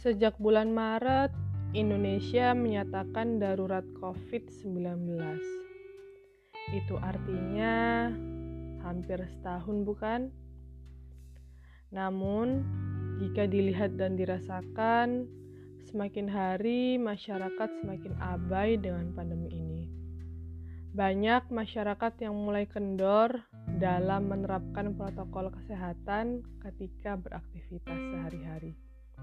Sejak bulan Maret, Indonesia menyatakan darurat COVID-19. Itu artinya hampir setahun, bukan? Namun, jika dilihat dan dirasakan, semakin hari masyarakat semakin abai dengan pandemi ini. Banyak masyarakat yang mulai kendor dalam menerapkan protokol kesehatan ketika beraktivitas sehari-hari.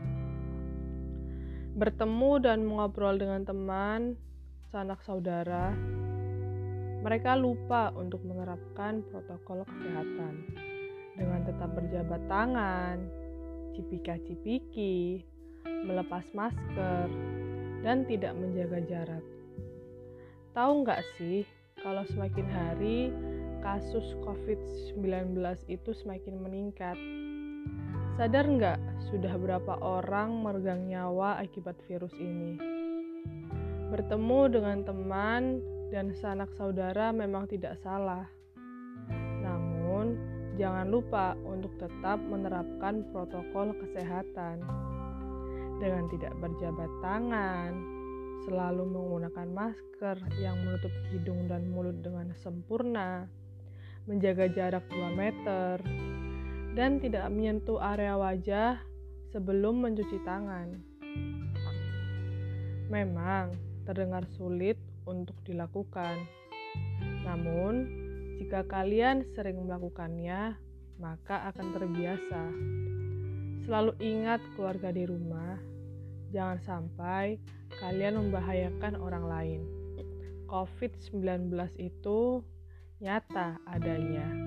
Bertemu dan mengobrol dengan teman, sanak saudara, mereka lupa untuk menerapkan protokol kesehatan dengan tetap berjabat tangan, cipika-cipiki, melepas masker, dan tidak menjaga jarak. Tahu nggak sih, kalau semakin hari kasus COVID-19 itu semakin meningkat? Sadar nggak sudah berapa orang meregang nyawa akibat virus ini? Bertemu dengan teman dan sanak saudara memang tidak salah. Namun, jangan lupa untuk tetap menerapkan protokol kesehatan. Dengan tidak berjabat tangan, selalu menggunakan masker yang menutup hidung dan mulut dengan sempurna, menjaga jarak 2 meter, dan tidak menyentuh area wajah sebelum mencuci tangan. Memang terdengar sulit untuk dilakukan. Namun, jika kalian sering melakukannya, maka akan terbiasa. Selalu ingat keluarga di rumah. Jangan sampai kalian membahayakan orang lain. COVID-19 itu nyata adanya.